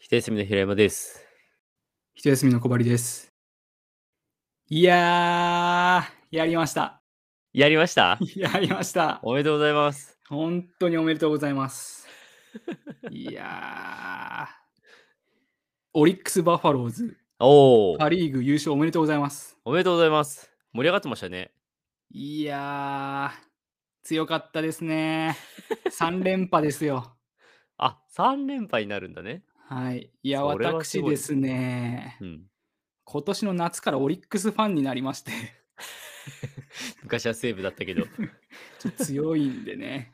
一休みの平山です。 一休みの小針です。いややりました。 やりました？ やりました。 おめでとうございます。 本当におめでとうございます。いやオリックス・バファローズ、 おお、 パリーグ優勝おめでとうございます。 おめでとうございます。盛り上がってましたね。 いや強かったですね。3連覇ですよ。 あ、3連敗になるんだね。 はい。いや、 それはすごいね。 私ですね、 うん。 今年の夏からオリックスファンになりまして、 昔は西武だったけど。 ちょっと強いんでね。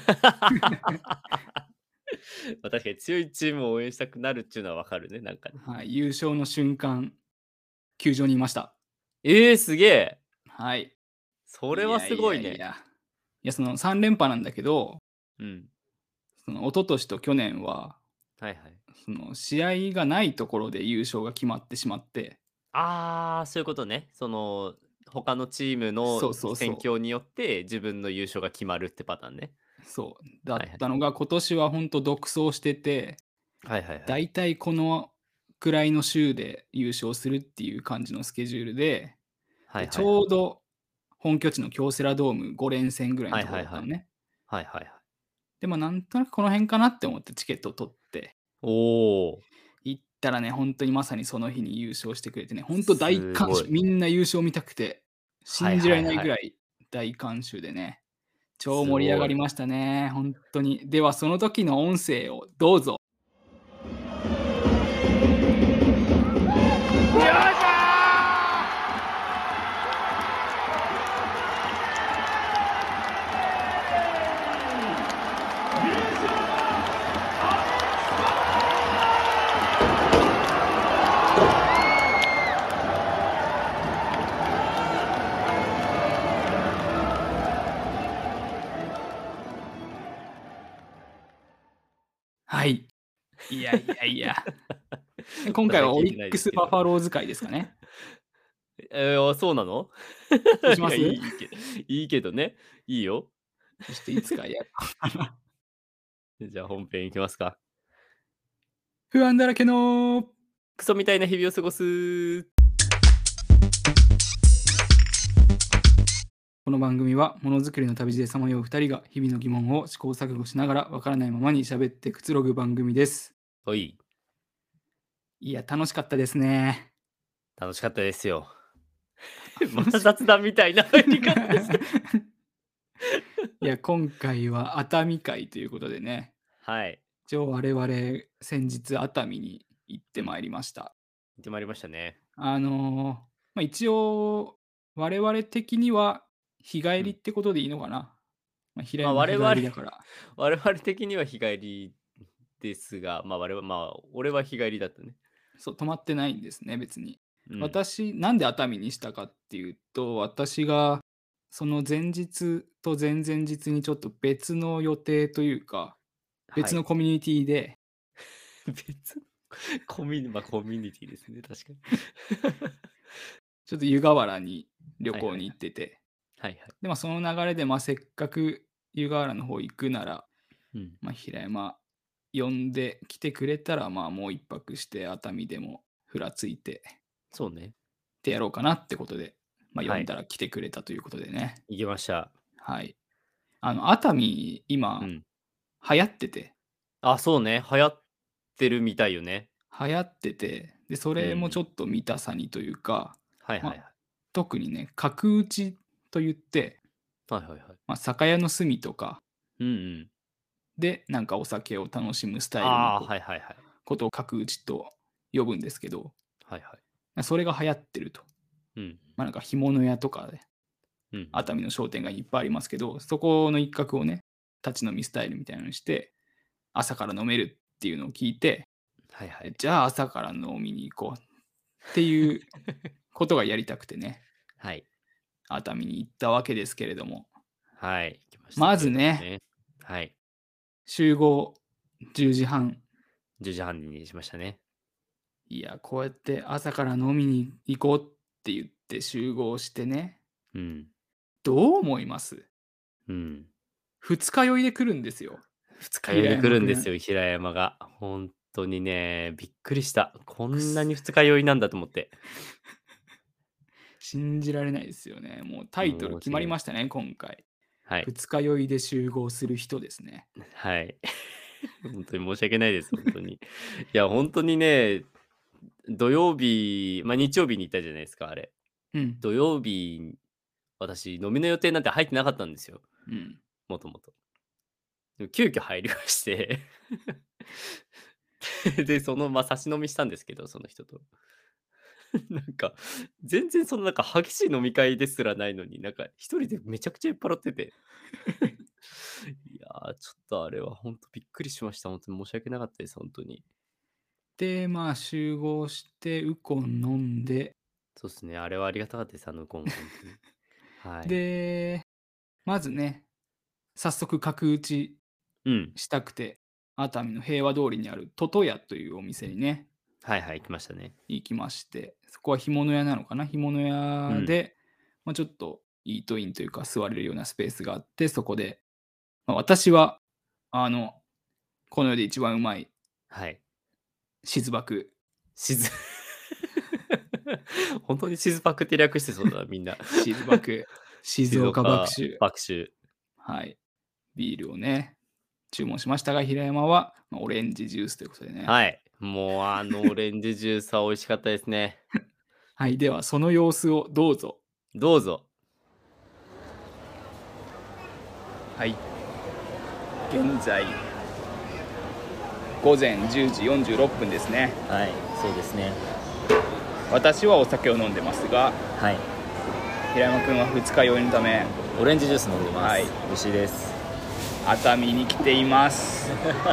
ま、確かに強いチームを応援したくなるっちゅうのはわかるね、なんかね。 はい、優勝の瞬間、球場にいました。 すげえ。 はい。 それはいやいすごいね。 やいや。その3連覇なんだけど、 うん。 その一昨年と去年は、 はいはい。 その試合がないところで優勝が決まってしまって、 ああ、そういうことね。他のチームのそうそうそ戦況によって自分の優勝が決まるってパターンね。 う、そうだはいはい。 ったのが、今年はほんと独走してて、 はいはいはい。 だいたいこのくらいの週で優勝するっていう感じのスケジュールで、で、ちはいはいはい。 ょうど本拠地の京セラドーム5連戦ぐらいのとこはいはいはい。 だったのね。 はいはいはい。 で、なんとなくこの辺かなって思ってチケットを取っておお、 行ったらね、ほんとにまさにその日に優勝してくれてね、ほんと大観衆、 すごい。 みんな優勝見たくて、 はい信じられはいはい。 ないぐらい大観衆でね、超盛り上がすごい。 りましたね、ほんとに。では、その時の音声をどうぞ。はい。いやいやいや。今まだ聞いて回はオリッないですけど。 クスバファローズ会ですかね。 そうなの？いや、 そうします？ いいけどね。いいよ。 そしていつかやろうかな。 じゃあ本編いきますか。 不安だらけのクソみたいな日々を過ごす。 この番組はものづくりの旅路でさまよう2人が日々の疑問を試行錯誤しながらわからないままに喋ってくつろぐ番組です。 はい、 いや、楽しかったですね。 楽しかったですよ。ま楽しかった雑談みたいな入り方です。 た。いや、今回は熱海会ということでね、 はい。 一応我々先日熱海に行ってうん、 まいりました。 行ってまいりましたね。 一応我々的には日帰うん。 りってことでいいのかな。平ま、 山日帰りだから。 我々的には日帰りですが、俺は日帰りだったね。 そう、泊まってないんですね、別に。 うん。 私、なんで熱海にしたかっていうと、私がその前日と前々日にちょっと別の予定というか、別のはい。 コミュニティで、 別のコミュニティですね、確かに。 ちょっと湯河原に旅行にはいはいはい。 行ってて、 はいはい。 で、その流れで、せっかく湯河原の方行くなら、 うん。 平山呼んで来てくれたら、もう一泊して熱海でもふらついてそうね。 ってやろうかなってことで、呼はい。 んだら来てくれたということでね。 行きました。 はい。熱海、今うん。 流行っててあ、そうね、流行ってるみたいよね。 で、それもちょうん。 っと見たさにというか、ま、 はいはいはい。 特にね、角打ちと言って、 はいはいはい。 酒屋の隅とかうんうん。 で、お酒を楽しむスタイルのああ、はいはいはい。 ことを角打ちと呼ぶんですけど、 はいはい。 それが流行ってると。 うん。 干物屋とかで、 うんうん。 熱海の商店街いっぱいありますけど、そこの一角をね、立ち飲みスタイルみたいなのにして、朝から飲めるっていうのを聞いて、 はいはい。 じゃあ朝から飲みに行こうっていうことがやりたくてね、 はい。 熱海に行ったわけですけれども、 はい、行きましたまけれずね、 どもね。はい。 集合10時半。 10時半にしましたね。 いや、こうやって朝から飲みに行こうって言って集合してね、 うん。 どう思います？ うん。 二日酔いで来るんですよ、 二日酔い平で来山くん。 るんですよ、平山が。ほん当にね、びっくりした。こんなに二日酔いなんだと思って。 信じられないですよね。もうタイトル決申し訳ない。 まりましたね、今回。 はい。 二日酔いで集合する人ですね。 はい。本当に申し訳ないです、本当に。いや、本当にね、土曜日、日曜日に行ったじゃないですか、あれ。 うん。 土曜日、私、飲みの予定なんて入ってなかったんですよ、 うん。 もともと。でも急遽入りましてで、差し飲みしたんですけど、その人と。なんか、全然その激しい飲み会ですらないのに、一人でめちゃくちゃ酔っ払ってて。いやー、ちょっとあれは本当びっくりしました。本当に申し訳なかったです、本当に。 で、集合してウコン飲んで、 そうですね、あれはありがたかったです、あのゴンは本当に。はい。 で、まずね、早速角打ちうん。 したくて、熱海の平和通りにあるトトヤというお店にね、 はいはい、来ましたね。 行きまして、そこは干物屋なのかな、干物うん。 屋で、ちょっとイートインというか座れるようなスペースがあって、そこで、私は、あの、この世で一番うまいはい。 しずばく、 しず本当にしずぱくって略してそうだな、みんな。 しずばく、静静岡爆岡酒、 爆酒。 はい、ビールをね、注文しましたが、平山は、オレンジジュースということでね。 はい。もうあのオレンジジュースは美味しかったですね。 はい、ではその様子をどうぞ。 どうぞ。 はい、現在午前10時46分ですね。 はい、そうですね。 私はお酒を飲んでますが、 はい。 平山くんは二日酔いのため、 オレンジジュース飲んでます。 はい、 美味しいです。 熱海に来ています。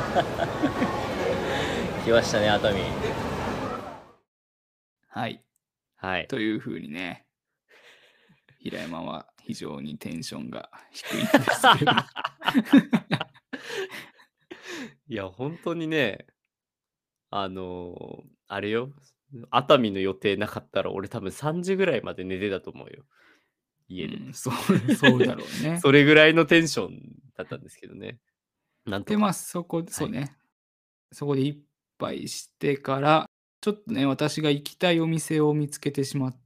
来ましたね、熱海。 はい、 はい。 というふうにね、平山は非常にテンションが低いんですけど。 いや、本当にね、あれよ、熱海の予定なかったら、俺多分3時ぐらいまで寝てたと思うよ、家で。 うん、そうだろうね。 それぐらいのテンションだったんですけどね。なんとで、 か。はい。 そうね、そこで一杯してから、ちょっとね、私が行きたいお店を見つけてしまって、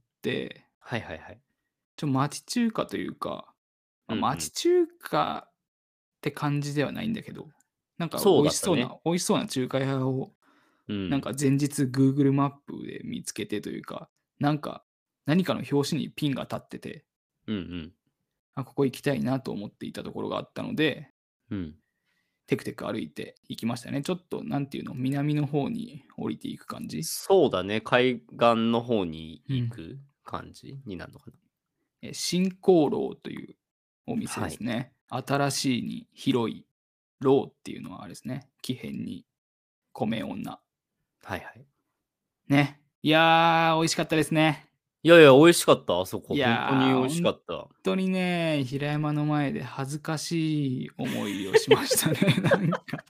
はいはいはい。 町中華というか、 うんうん。 町中華って感じではないんだけど、なんかそうだったね。 美味しそうな中華屋を、 うん。 なんか前日 Google マップで見つけてというか、なんか、何かの表紙にピンが立ってて、 うんうん。 ここ行きたいなと思っていたところがあったので、 うん。 テクテク歩いて行きましたね。ちょっとなんていうの、南の方に降りていく感じ。 そうだね、海岸の方にうん。 行く感じになるのかな。 新香楼というお店はい。 ですね。新しいに広い、楼っていうのはあれですね。木偏に米女。 はいはい。 ね。いやー、美味しかったですね。 いやいや、美味しかった、あそこ。 い本当にやー、 美味しか本った。 当にね、平山の前で恥ずかしい思いをしましたね、なんか。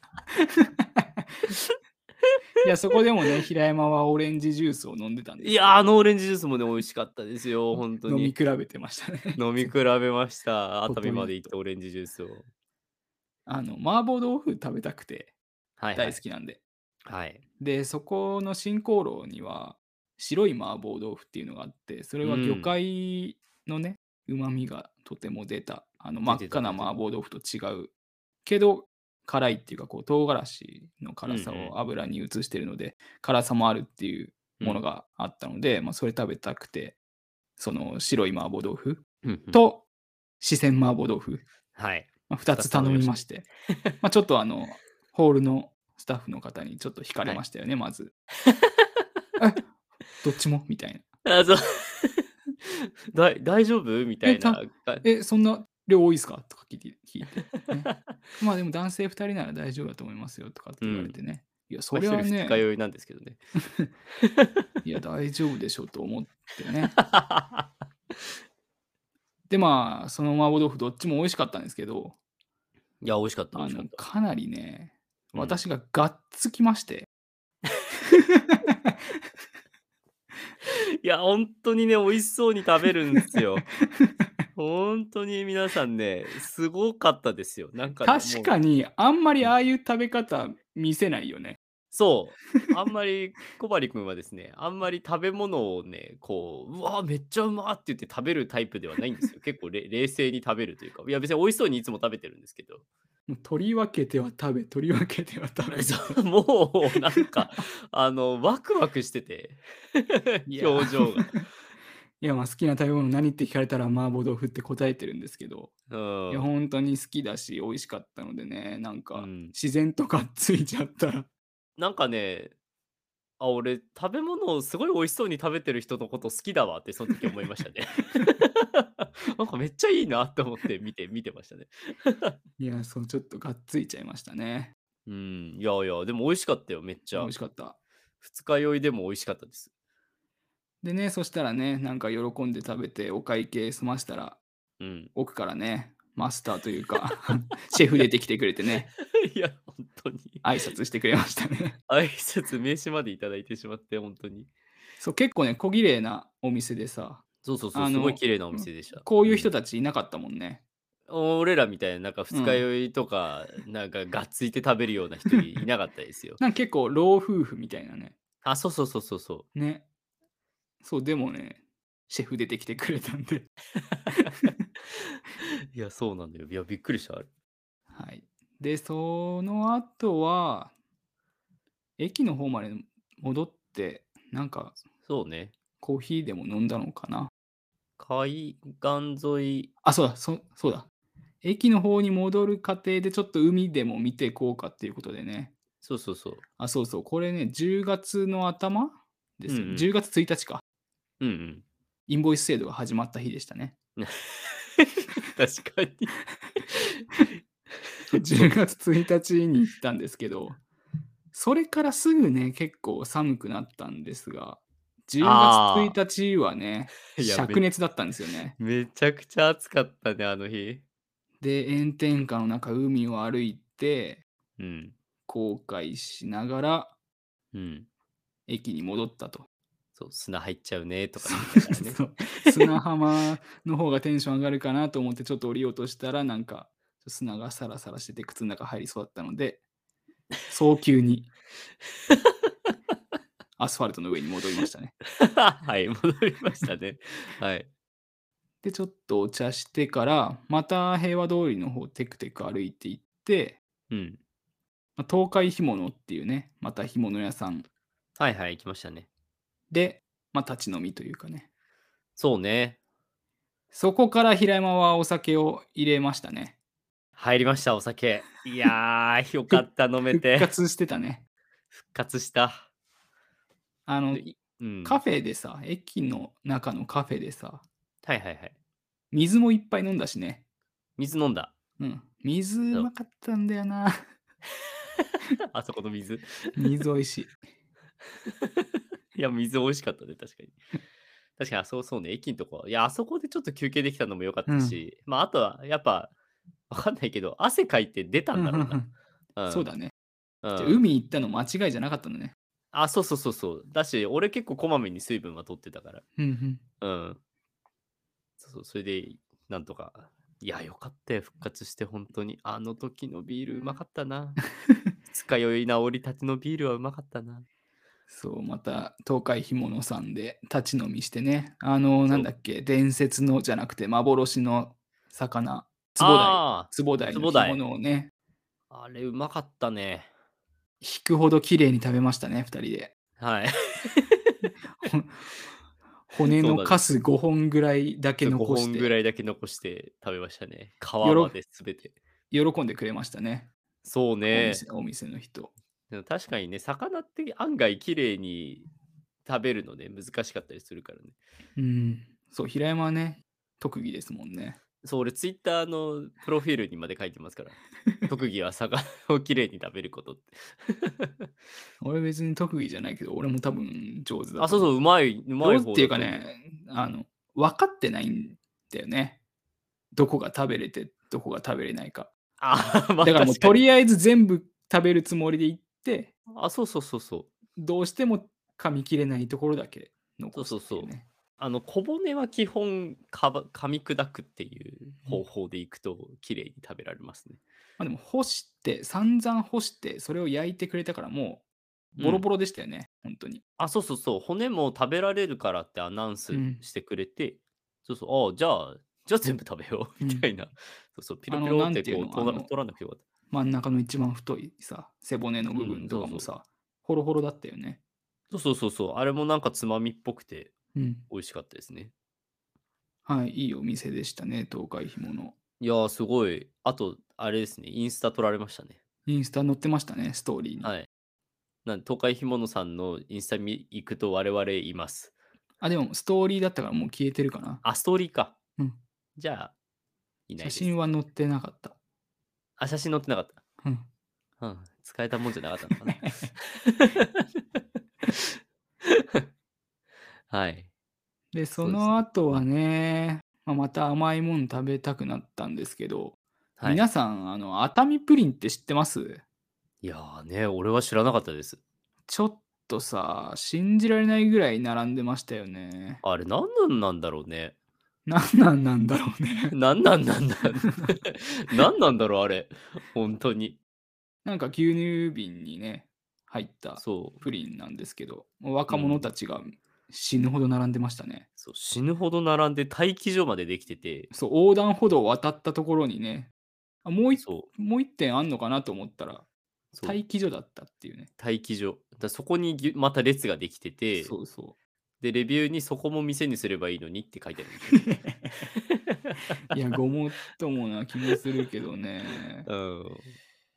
いや、そこでもね、平山はオレンジジュースを飲んでたんでいや、 すけど、 オレンジジュースもね、美味しかったですよ、本当に。 飲み比べてましたね。 飲み比べました。熱海まで行ってトトヤと。 オレンジジュースを。 麻婆豆腐食べたくて、 はいはい。 大好きなんで。 はい。 で、そこの新香楼には、白い麻婆豆腐っていうのがあって、それは魚うん。 介のね、旨味がとても出た、真出っ赤なてた出てた。 麻婆豆腐と違うけど、辛いっていうか、唐辛子のうんう辛さをん。 油に移してるので、辛さもあるっていううん。 ものがあったので、それ食べたくて、その白い麻婆豆腐うんうん。 と四川麻婆豆腐、 はい。 2 2つつ頼頼みましたね。 みまして、ちょっとホールのスタッフの方にちょっと惹かれはい。 ましたよね、まず。え、どっちも？みたいな。 あ、そう。大丈夫？みたえ、 いな、かそんな量多いすか？とか聞いて、ね。でも男性2人なら大丈夫だと思いますよとかって言われうん。 てね。いや、そり 1人二日ゃね、 酔いなんですけどね。 いや、大丈夫でしょと思ってね。で、その麻婆豆腐どっちも美味しかったんですけど、 いや、美味しかった美味しかった。 かなりね、 うん。 私ががっつきまして。 いや、ほんとにね、美味しそうに食べるんすよ。ほんとに皆さんね、すごかったですよ。なんかね、もう確かに、あんまりうん、 ああいう食べ方見せないよね。 そう、あんまり小針くんはですね、あんまり食べ物をね、こう、うわ、めっちゃうまって言って食べるタイプではないんですよ。結構冷静に食べるというか、いや別に美味しそうにいつも食べてるんですけど、 もう取り分けては食べ、取り分けては食べみたいな。 そう、もうなんか、ワクワクしてて、 いや、 表情が。 いや、ま、好きな食べ物何って聞かれたら麻婆豆腐って答えてるんですけど、 ういや、 ん。 ほんとに好きだし、美味しかったのでね、なんかうん。 自然とがっついちゃったら、 なんかね、あ、俺、食べ物をすごい美味しそうに食べてる人のこと好きだわってその時思いましたね。なんかめっちゃいいなって思って見てましたね。 いや、そう、ちょっとがっついちゃいましたね。 うん、いやいや、でも美味しかったよ、めっちゃ。 美味しかった。 二日酔いでも美味しかったです。 でね、そしたらね、なんか喜んで食べてお会計済ましたら、 うん。 奥からね、マスターというかシェフ出てきてくれてね、 いや、本当に。 挨拶してくれましたね。 挨拶、名刺までいただいてしまって、本当に。 そう、結構ね、小綺麗なお店でさ、 そうそうそう、すごいあの、 綺麗なおうん、 店でした。 こういう人うん。 たちいなかったもんね。 俺らみたいな、なんか二日うん。 酔いとか、なんかがっついて食べるような人いなかったですよ。 なんか結構老夫婦みたいなね。 あ、そうそうそうそうそう。 ね。そう、でもね、シェフ出てきてくれたんでいや、そうなんだよ。いや、びっくりした、あれ。 はい。で、その後は、駅の方まで戻って、なんかそうね。 コーヒーでも飲んだのかな。 海岸沿い、 あ、そうだ、そうだ。駅の方に戻る過程でちょっと海でも見てこうかっていうことでね。 そうそうそう。 あ、そうそう、これね、10月の頭ですよね。 うんうん。 10月1日か。 うんうん。 インボイス制度が始まった日でしたね。 確かに。 そう、 そう 10月1日に行ったんですけど、それからすぐね、結構寒くなったんですが、10月1 あ日はね、 あ、いや、 灼熱だったんですよね。 めちゃくちゃ暑かったね、あの日。 で、炎天下の中、海を歩いて、 うん。 後悔しながらうん。 駅に戻ったと。 そう、砂入っちゃうねとかそう言いながらね。 そう。砂浜の方がテンション上がるかなと思ってちょっと降りようとしたら、なんか、砂がサラサラしてて靴の中入りそうだったので、早急にアスファルトの上に戻りましたね。 はい、戻りましたね。はい。 で、ちょっとお茶してから、また平和通りの方テクテク歩いて行って、 うん。 東海干物っていうね、また干物屋さんはいはい、行きましたね。 で、立ち飲みというかね。 そうね。 そこから平山はお酒を入れましたね。 入りました、お酒。いやー、よかった、飲めて。 復活してたね。 復活した。 あの、 うん。 カフェでさ、駅の中のカフェでさ、 はいはいはい。 水もいっぱい飲んだしね。 水飲んだ。 うん。水うそう。 まかったんだよな。 あそこの水。 水美味しい。 いや、水美味しかったね、確かに。確かに、そうね、駅んとこ。いや、あそこでちょっと休憩できたのも良かっうん。 たし、まあ、あとはやっぱ、わかんないけど、汗かいて出たうん、 んだろうふんふん。 な。うん。 そうだね。じゃ、 うん。 海行ったの間違いじゃなかったのね。 あ、そうそうそうそう。だし、俺結構こまめに水分は取ってたから。 うん、ふん。 うん。そうそう、それで、なんとか。いや、よかったよ、復活して本当に。あの時のビールうまかったな。二日酔い治りたてのビールはうまかったな。 そう、また東海干物さんで立ち飲みしてね。なそう。 んだっけ、伝説のじゃなくて幻の魚、 ああ、 壺鯛の干つぼだい。 物をね、 あれうまかったね。 引くほど綺麗に食べましたね、2人で。 はい。 ほ骨のそうなんです。 カス5本ぐらいだけそう、5本ぐ残して、 らいだけ残して食べましたね。皮よろまで全て。 喜んでくれましたね。 そうね。 お店の人。 でも確かにね、魚って案外綺麗に食べるのね、難しかったりするからね。 うん。そう、平山はね、特技ですもんね。 そう、俺ツイッターのプロフィールにまで書いてますから。特技は魚を綺麗に食べることって。 俺別に特技じゃないけど、俺も多分上手だあ、 と思う。 そうそう、うまい上手っていうか方だと思う。 ね、分かってないんだよね。どこが食べれて、どこが食べれないか。 ああ、まあだからもう確かに。 とりあえず全部食べるつもりで行って、 あ、そうそうそうそう。 どうしても噛み切れないところだけそう残すそうそう。 っていうね。 小骨は基本噛み砕くっていううん。 方法でいくと綺麗に食べられますね。 でも干して、散々干して、それを焼いてくれたからもううん。 ボロボロでしたよね、本当に。 あ、そうそうそう、骨も食べられるからってアナウンスうん、 してくれて、そうそう、ああ、じゃあ全部食べよううん。 みたいな。そうそう、ピロピロってなんていうの、 取らなくてよかった。 真ん中の一番太いさ、背骨の部分うん、そうそう。 とかもさ、ホロホロだったよね。 そうそうそうそう、あれもなんかつまみっぽくてうん。 美味しかったですね。 はい、いいお店でしたね、東海ひもの。 いやー、すごい。あと、あれですね、インスタ撮られましたね。 インスタ載ってましたね、ストーリーに。 はい。東海ひものさんのインスタ行くと我々います。 あ、でもストーリーだったからもう消えてるかな。 あ、ストーリーか。 うん。 じゃあ、いな写いです。 真は載ってなかった。 あ、写真載ってなかった。 うん。 うん、使えたもんじゃなかったのかな。はい。 で、そそうですね。 の後はうん。 ね、また甘いもん食べたくなったんですけど、 はい。 皆さん、熱海プリンって知ってます？ いやーね、俺は知らなかったです。 ちょっとさ、信じられないぐらい並んでましたよね。 あれ、なんだろうね。 なんなんだろうね。 なんだなんなんだろう、あれ。本当に。 なんか牛乳瓶にね、入ったそう。 プリンなんですけど、もう若者うん。 たちが死ぬほど並んでましたね。 そう、死ぬほど並んで待機所までできてて、 そう、横断歩道を渡ったところにね、 そう、 もう一点あんのかなと思ったら、 そう、 待機所だったっていうね。 待機所。そこにまた列ができてて、 そうそう。 で、レビューにそこも店にすればいいのにって書いてあるんですよね。 いや、ごもっともな気もするけどね。 うん。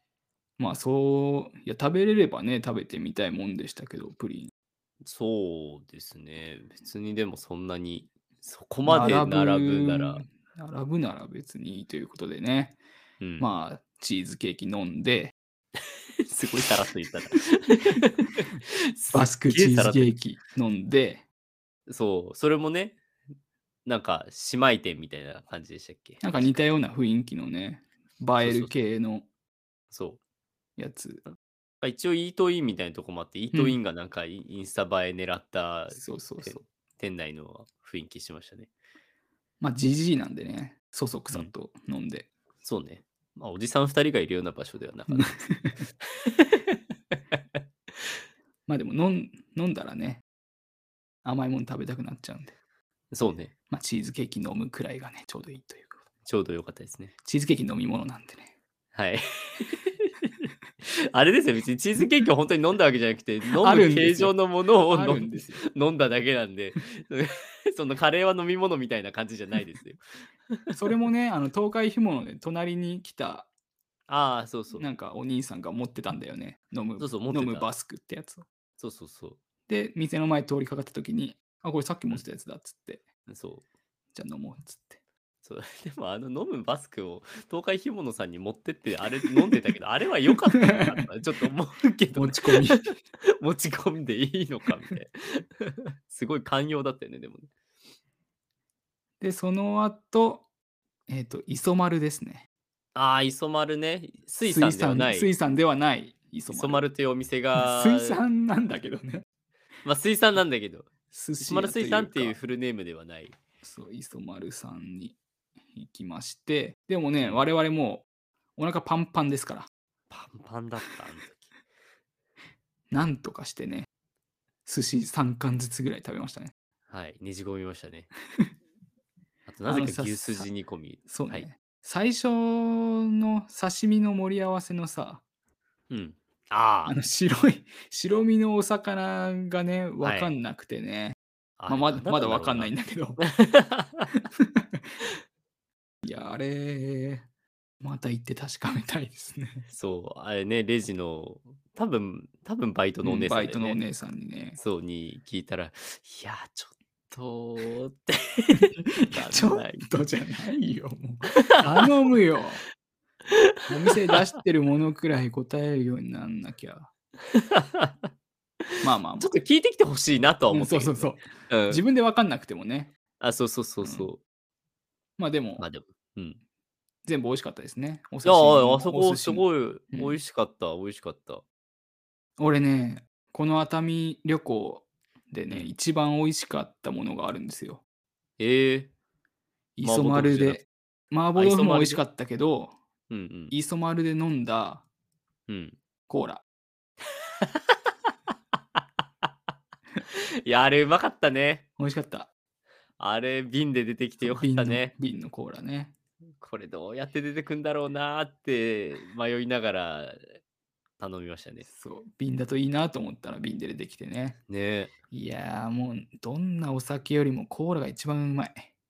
いや、食べれればね、食べてみたいもんでしたけど、プリン。 そうですね。別にでもそんなに、そこまで並並ぶなぶら、 並ぶなら別にいいということでね。 うん。 チーズケーキ飲んで、 すごいさらっと言ったな。すっバスクげえチーさらっと言っズケーキ飲んで、 そう、それもね、なんか姉妹店みたいな感じでしたっけ？ なんか似た確か。 ような雰囲気のね、映えるそうそうそう。 系のそう。 やつ。 一応イートインみたいなとこもあって、イーうん。 トインがなんかインスタ映え狙ったそうそうてそう。 店内の雰囲気しましたね。 ジジイなんでね、そそくうん。 さと飲んで。 そうね。おじさん2人がいるような場所ではなかったですね。 でも飲んだらね、甘いもの食べたくなっちゃうんで。 そうね。 チーズケーキ飲むくらいがね、ちょうどいいというか。 ちょうど良かったですね。 チーズケーキ飲み物なんでね。 はい。あれですよ、別にチーズケーキを本当に飲んだわけじゃなくて、飲あむるんですよ。 形状のものをあるんですよ。 飲んだだけなんで、そのカレーは飲み物みたいな感じじゃないですよ。 それもね、東海干物で隣に来た、 ああ、そうそう。 なんかお兄さんが持ってたんだよね。 そうそう、持ってた。 飲むバスクってやつを。 そうそうそで、店の前通りかかった時に、あ、これさっきう。う持ってたやつだっつって、 ん、そう。 じゃあ飲もうっつって。 そう、でも飲むバスクを東海干物さんに持ってって、あれ飲んでたけど、あれは良かったのかとちょっと思うけどね。 持ち込み。 持ち込んでいいのかみたいな。すごい寛容だったよね、でもね。 で、その後、磯丸ですね。 ああ、磯丸ね。水産ではない。 水産ではない磯磯丸。 丸というお店水が、 産なんだけどね。 水産なんだけど、磯丸寿司屋と水産っていういうか、 フルネームではない。 そう、磯丸さんに行きまして、でもね、 うん。 我々もうお腹パンパンですから、 パンパンだった、あの時。 なんとかしてね、寿司3貫ずつぐらい食べましたね。 はい、ねじ込みましたね。あとなぜか牛すじ煮込み。はい。 そうね。最初の刺身の盛り合わせのさ、 うん。ああ、 白身のお魚がね、わはい。 かんなくてね。 あれ何だっまだわかんなたんだろうな。 いんだけど。いや、あれ、また行って確かめたいですね。 そう、あれね、レジの、多分バイトのおうん、 姉バさんだよね。 イトのお姉さんにね。 そうに聞いたら、いや、ちょっとって、 いや、ちょっなんない。 とじゃないよ、もう。頼むよ。お店で出してるものくらい答えるようになんなきゃ。まあまあまあ。 ちょっと聞いてきて欲しいなとはうん、 思ったけどね。 そうそうそう。 うん。 自分で分かんなくてもね。 あ、そうそうそうん。 うそう。 でも、 でも、うん。 全部美味しかったですね。おいや、 刺身もあそこすお寿司も。 ごい美うん。 味しかった、美味しかった。 俺ね、この熱海旅行でね、 うん。 一番美味しかったものがあるんですよ。 ええ、麻磯婆豆腐じゃなくて、 丸で麻婆あ、 豆腐磯丸で？ も美味しかったけど、 うんうん。 磯丸で飲んだうん。 コーラ。 いや、あれうまかったね。 美味しかった。 あれ、瓶で出てきてそう、 よかったね。 瓶のコーラね。 これどうやって出てくんだろうなって迷いながら頼みましたね。 そう、瓶だといいなと思ったら瓶で出てきてね。 ねえ。 いや、もうどんなお酒よりもコーラが一番うまい。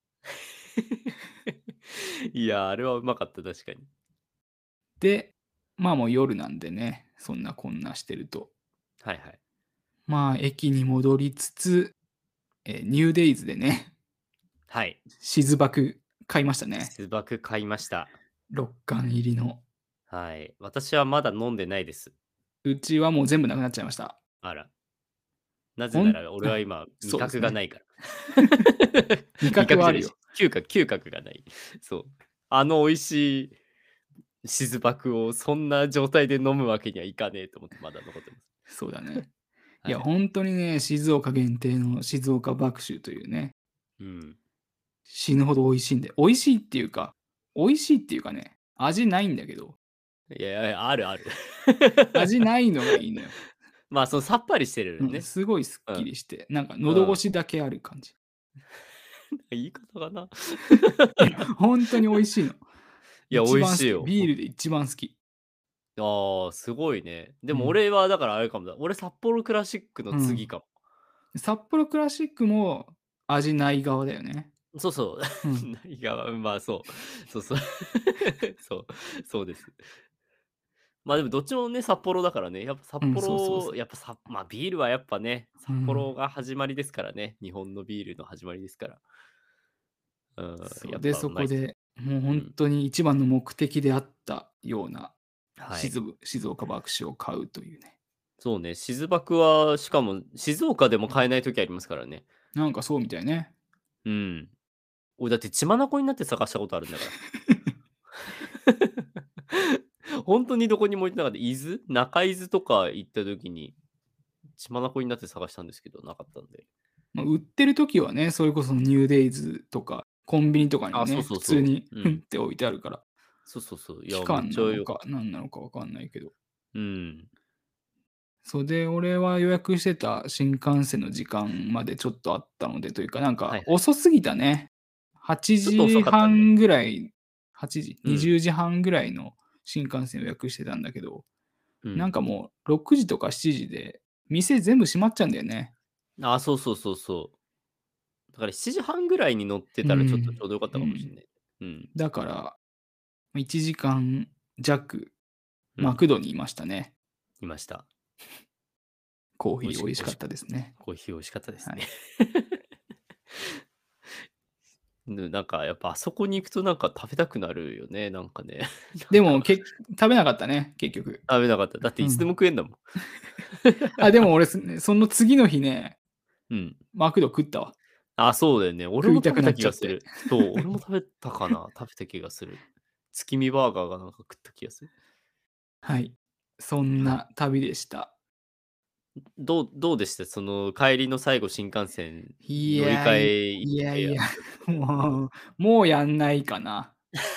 いや、あれはうまかった、確かに。 で、まあ、もう夜なんでね、そんなこんなしてると、 はいはい。 まあ、駅に戻りつつ、ニューデイズでね、 はい。 しずばく買いましたね。 スバク買いました。 6缶入りの。 はい。私はまだ飲んでないです。 うちはもう全部なくなっちゃいました。 あら。なぜほんなら俺は今、味そうですね。 覚がないから。 味味覚じゃないし、 覚はあるよ。 嗅覚がない。そう。あの美味しいしずばくをそんな状態で飲むわけにはいかねえと思ってまだ残ってます。 そうだね。いや、 はい。 ほんとにね、静岡限定の静岡爆酒というね、 うん。 死ぬほど美味しいんで美味しいっていうかね、味ないんだけど、 いやいや、あるある。 味ないのがいいのよ。 まあ、そのさっぱりしてるようん、 ね。 すごいすっうん。 きりして、なんかうん。 喉越しだけある感じ。 言い方かな。 いや、ほんとに美味しいの。 いや、美味一番好き。 しいよ。 ビールで一番好き。 ああ、すごいね。でもうん。 俺はだからあれかもだ。俺札幌クラシックのうん。 次かも。 札幌クラシックも味ない側だよね。 そうそう。 うん。 ないが、まあ、そう。そうそう。そう、そうです。まあ、でもどっちもね、札幌だからね。やっぱ札うん、そうそうそ幌、 う。 まあ、ビールはやっぱね、札うん。 幌が始まりですからね。日本のビールの始まりですから。うん、 そう、 やっで、 ぱうまいっす。 そこで、もうほんうん。 とに一番の目的であったような、 はい。 静岡爆酒を買うというね。 そうね、静幕はしかも静岡でも買えない時ありますからね。 なんかそうみたいね。 うん。俺だって血眼になって探したことあるんだから。ほんとにどこにも行ってなかった。中伊豆とか行った時に、血眼になって探したんですけど、なかったんで。 ま、売ってる時はね、それこそニューデイズとか、コンビニとかにはあ、そうね、 そうそ普通にう。うん。 ふんって置いてあるから、 そうそうそう。いや、 期めっちゃ間なのか良かった。 何なのかわかんないけど。 うん。 そう、で、俺は予約してた新幹線の時間までちょっとあったのでというか、なんかはいはい。 遅すぎたね。8 ちょっと遅かったね。 時半ぐらい、8時、 うん。 20時半ぐらいの新幹線を予約してたんだけど、 うん。 なんかもう6時とか7時で店全部閉まっちゃうんだよね。 あ、そうそうそうそう。だから7時半ぐらいに乗ってうたらちょっとちん。 ょうどよかったうん。 かもしんない。うん。 だから、1時間弱、 うん。 マクドにいましたね。 いました。 コーヒー美美味し美味し味しかったですね。 コーヒー美味しかったですね。 はい。 なんかやっぱあそこに行くとなんか食べたくなるよね、なんかね。なんかでも、食べなかったね、結局。 食べなかった。だっていつでうん。 も食えんだもん。 あ、でも俺その次の日ね、 うん。 マクド食ったわ。 あ、そうだよね。俺食いたくも食べたなっちゃって。 気がする。そう、俺も食べたかな。食べた気がする。月見バーガーがなんか食った気がする。 はい。そんはい。 な旅でした。 どうでした？その帰りの最後新幹線乗り換いやいえ行って、 いやいや、もうやんないかな。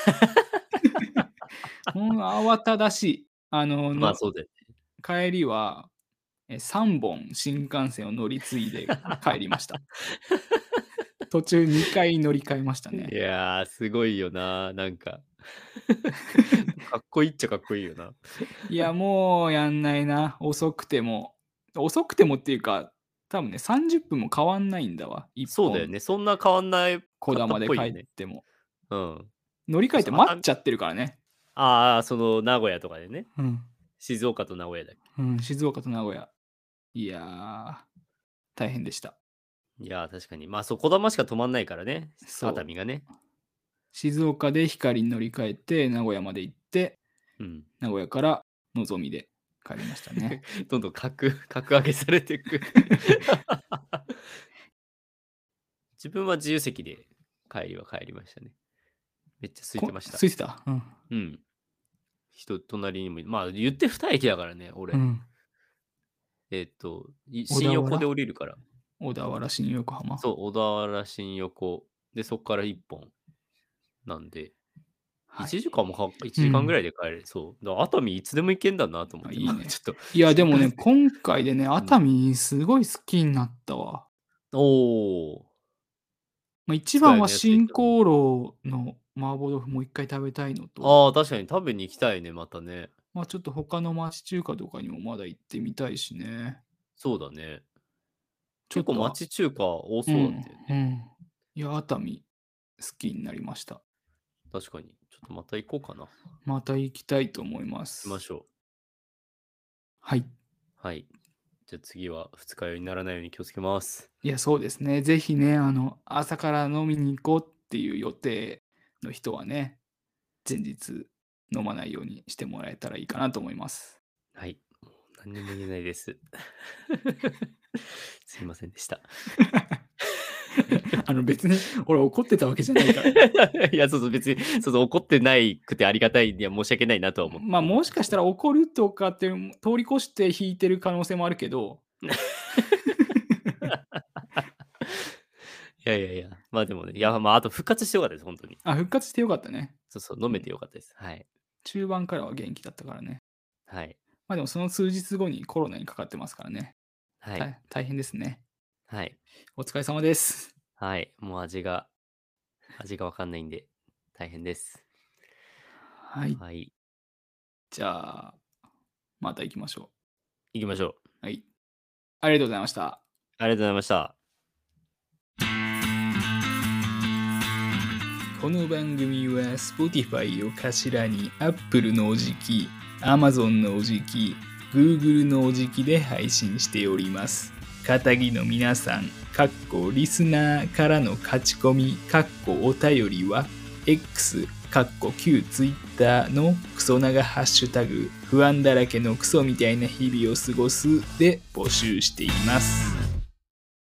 もう慌ただしい。 まあ、そうだよね。 帰りは、3本新幹線を乗り継いで帰りました。途中2回乗り換えましたいね。 や、すごいよな、なんか。かっこいいっちゃかっこいいよな。 いや、もうやんないな。遅くてもっていうか、多分ね、30分も変わんないんだわ、1本、 そうだよね、そんな変わんないこかったっだまで帰っぽいよね。 ても。 うん。 乗り換えてそうそう、 待っちゃってるからね。 その名古屋とかでね。 うん。 静岡と名古屋だっけ。 うん、静岡と名古屋。いや、大変でした。 いや、確かに。まあ、そう、こだましか止まんないからね、熱そう。 海がね。 静岡でひかりに乗り換えて、名古屋まで行って、 うん。 名古屋からのぞみで帰りましたね。 どんどん格上げされていく。自分は自由席で帰りましたね。めっちゃ空いてました。 空いてた？うん。 うん。隣にもまあ、言って2駅だからね、俺。 うん。小田新横で原？ 降りるから。 小田原、新横浜？ そう、小田原新横。で、そっから1本なんで、 はい。 1時間も1 う時間ぐらん。 いで帰れそう。だから熱海いつでも行けんだなと思っあ、 て、 いいね。 ちょっといや、でもね、 新幹線今回でね、 うん。 熱海すごい好きになったわ。 おお。 一番は使いの安いとこ。 進香楼の麻婆豆腐もう一回食べたいのと、 ああ、確かに食べに行きたいね、またね。 ちょっと他の町中華とかにもまだ行ってみたいしね。 そうだね。結構ちょっと、 町中華多そうだっうん、 たよね。 うん。いや、熱海好きになりました。 確かに。ちょっとまた行こうかな。 また行きたいと思います。 行きましょう。 はい。 はい。じゃあ次は二日酔いにならないように気をつけます。 いや、そうですね。ぜひね、朝から飲みに行こうっていう予定の人はね、前日飲まないようにしてもらえたらいいかなと思います。 はい。もう何にも言えないです。すいませんでした。 別に俺怒ってたわけじゃないからね。 いや、そうそう、別に、そうそう、怒ってないくてありがたい、いや、申し訳ないなとは思ってました。 もしかしたら怒るとかっていう通り越して引いてる可能性もあるけど、 いやいやいや、まあでもね、いや、まあ、あと復活してよかったです、本当に。 復活してよかったね。 そうそう、飲めうん。 てよかったです。はい。 中盤からは元気だったからね。 はい。 でもその数日後にコロナにかかってますからね。 はい。 大変ですね。 はい。 お疲れ様です。 はい。もう味がわかんないんで、大変です。 はい。 はい。 じゃあ、また行きましょ行きましょう。 う。はい。ありがとうございました。 ありがとうございました。 この番組は Spotify を頭に Apple のおじき、Amazon のおじき、Google のおじきで配信しております。片木の皆さん、リスナーからの書き込み、お便りは X、旧 Twitter のクソ長ハッシュタグ、不安だらけのクソみたいな日々を過ごすで募集しています。